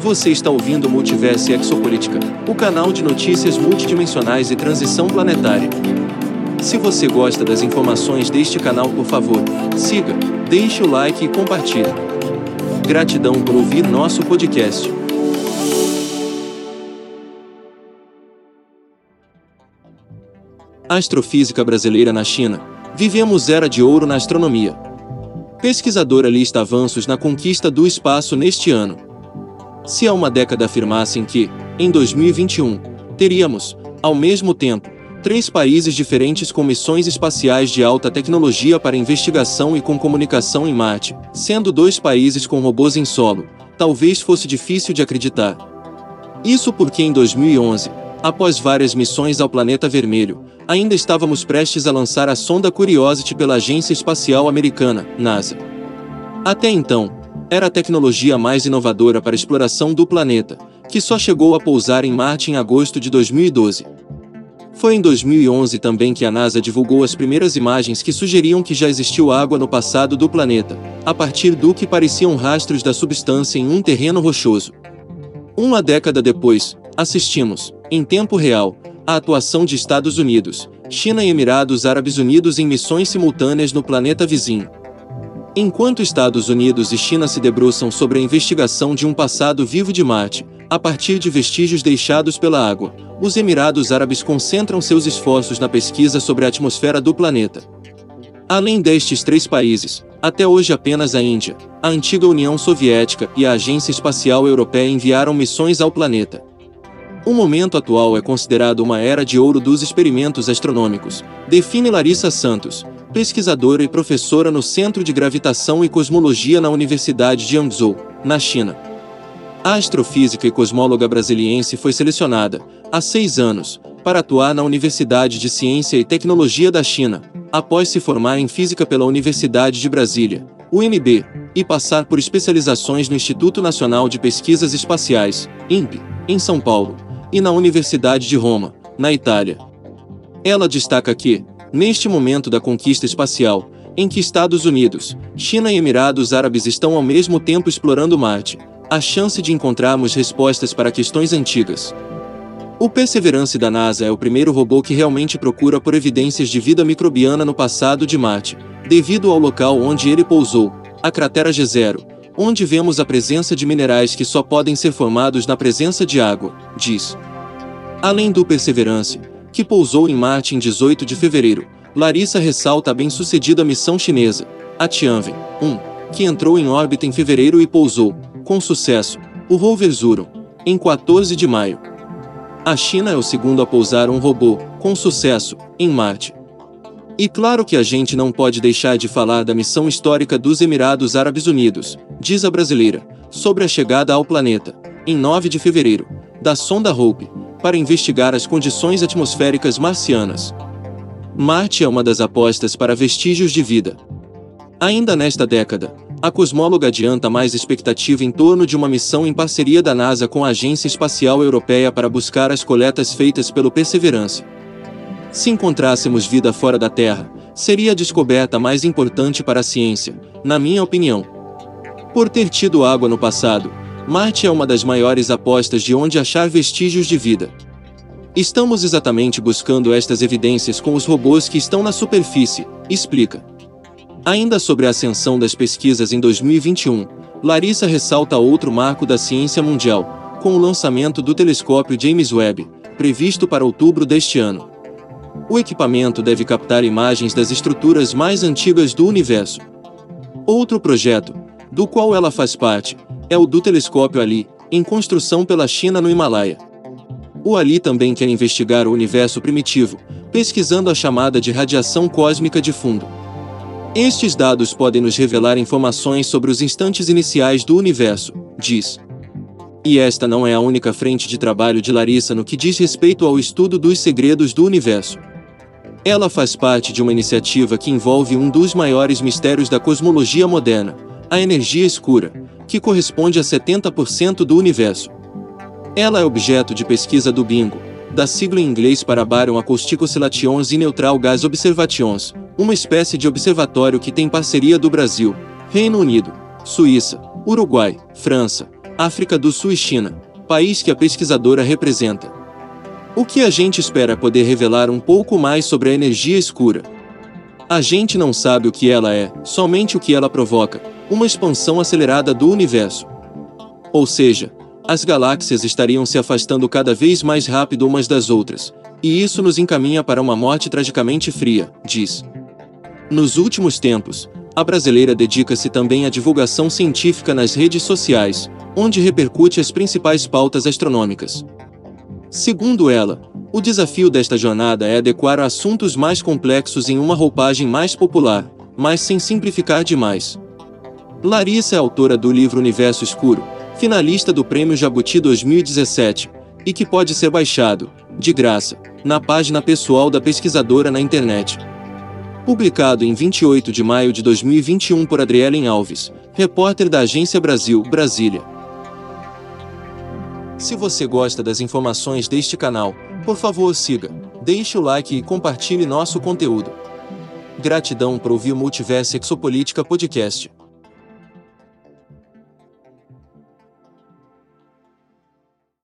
Você está ouvindo Multiverso Exopolítica, o canal de notícias multidimensionais e transição planetária. Se você gosta das informações deste canal, por favor, siga, deixe o like e compartilhe. Gratidão por ouvir nosso podcast. Astrofísica brasileira na China. Vivemos era de ouro na astronomia. Pesquisadora lista avanços na conquista do espaço neste ano. Se há uma década afirmassem que, em 2021, teríamos, ao mesmo tempo, 3 países diferentes com missões espaciais de alta tecnologia para investigação e com comunicação em Marte, sendo 2 países com robôs em solo, talvez fosse difícil de acreditar. Isso porque em 2011, após várias missões ao planeta vermelho, ainda estávamos prestes a lançar a sonda Curiosity pela Agência Espacial Americana, NASA. Até então, era a tecnologia mais inovadora para a exploração do planeta, que só chegou a pousar em Marte em agosto de 2012. Foi em 2011 também que a NASA divulgou as primeiras imagens que sugeriam que já existiu água no passado do planeta, a partir do que pareciam rastros da substância em um terreno rochoso. Uma década depois, assistimos, em tempo real, a atuação de Estados Unidos, China e Emirados Árabes Unidos em missões simultâneas no planeta vizinho. Enquanto Estados Unidos e China se debruçam sobre a investigação de um passado vivo de Marte, a partir de vestígios deixados pela água, os Emirados Árabes concentram seus esforços na pesquisa sobre a atmosfera do planeta. Além destes 3 países, até hoje apenas a Índia, a antiga União Soviética e a Agência Espacial Europeia enviaram missões ao planeta. O momento atual é considerado uma era de ouro dos experimentos astronômicos, define Larissa Santos, pesquisadora e professora no Centro de Gravitação e Cosmologia na Universidade de Hangzhou, na China. A astrofísica e cosmóloga brasiliense foi selecionada, há 6 anos, para atuar na Universidade de Ciência e Tecnologia da China, após se formar em Física pela Universidade de Brasília, UNB, e passar por especializações no Instituto Nacional de Pesquisas Espaciais, INPE, em São Paulo, e na Universidade de Roma, na Itália. Ela destaca que, neste momento da conquista espacial, em que Estados Unidos, China e Emirados Árabes estão ao mesmo tempo explorando Marte, há chance de encontrarmos respostas para questões antigas. O Perseverance da NASA é o primeiro robô que realmente procura por evidências de vida microbiana no passado de Marte, devido ao local onde ele pousou, a cratera G0, onde vemos a presença de minerais que só podem ser formados na presença de água, diz. Além do Perseverance, que pousou em Marte em 18 de fevereiro, Larissa ressalta a bem-sucedida missão chinesa, a Tianwen-1, que entrou em órbita em fevereiro e pousou, com sucesso, o rover Zhurong, em 14 de maio. A China é o segundo a pousar um robô, com sucesso, em Marte. E claro que a gente não pode deixar de falar da missão histórica dos Emirados Árabes Unidos, diz a brasileira, sobre a chegada ao planeta, em 9 de fevereiro, da sonda Hope, para investigar as condições atmosféricas marcianas. Marte é uma das apostas para vestígios de vida. Ainda nesta década, a cosmóloga adianta mais expectativa em torno de uma missão em parceria da NASA com a Agência Espacial Europeia para buscar as coletas feitas pelo Perseverance. Se encontrássemos vida fora da Terra, seria a descoberta mais importante para a ciência, na minha opinião. Por ter tido água no passado, Marte é uma das maiores apostas de onde achar vestígios de vida. Estamos exatamente buscando estas evidências com os robôs que estão na superfície, explica. Ainda sobre a ascensão das pesquisas em 2021, Larissa ressalta outro marco da ciência mundial, com o lançamento do telescópio James Webb, previsto para outubro deste ano. O equipamento deve captar imagens das estruturas mais antigas do universo. Outro projeto, do qual ela faz parte, é o do telescópio Ali, em construção pela China no Himalaia. O Ali também quer investigar o universo primitivo, pesquisando a chamada de radiação cósmica de fundo. Estes dados podem nos revelar informações sobre os instantes iniciais do universo, diz. E esta não é a única frente de trabalho de Larissa no que diz respeito ao estudo dos segredos do universo. Ela faz parte de uma iniciativa que envolve um dos maiores mistérios da cosmologia moderna, a energia escura, que corresponde a 70% do universo. Ela é objeto de pesquisa do BINGO, da sigla em inglês para Baryon Acoustic Oscillations e Neutral Gas Observations, uma espécie de observatório que tem parceria do Brasil, Reino Unido, Suíça, Uruguai, França, África do Sul e China, país que a pesquisadora representa. O que a gente espera é poder revelar um pouco mais sobre a energia escura. A gente não sabe o que ela é, somente o que ela provoca, uma expansão acelerada do universo. Ou seja, as galáxias estariam se afastando cada vez mais rápido umas das outras, e isso nos encaminha para uma morte tragicamente fria, diz. Nos últimos tempos, a brasileira dedica-se também à divulgação científica nas redes sociais, onde repercute as principais pautas astronômicas. Segundo ela, o desafio desta jornada é adequar assuntos mais complexos em uma roupagem mais popular, mas sem simplificar demais. Larissa é autora do livro Universo Escuro, finalista do Prêmio Jabuti 2017, e que pode ser baixado, de graça, na página pessoal da pesquisadora na internet. Publicado em 28 de maio de 2021 por Adrielen Alves, repórter da Agência Brasil, Brasília. Se você gosta das informações deste canal, por favor siga, deixe o like e compartilhe nosso conteúdo. Gratidão por ouvir o Multiverso Exopolítica Podcast.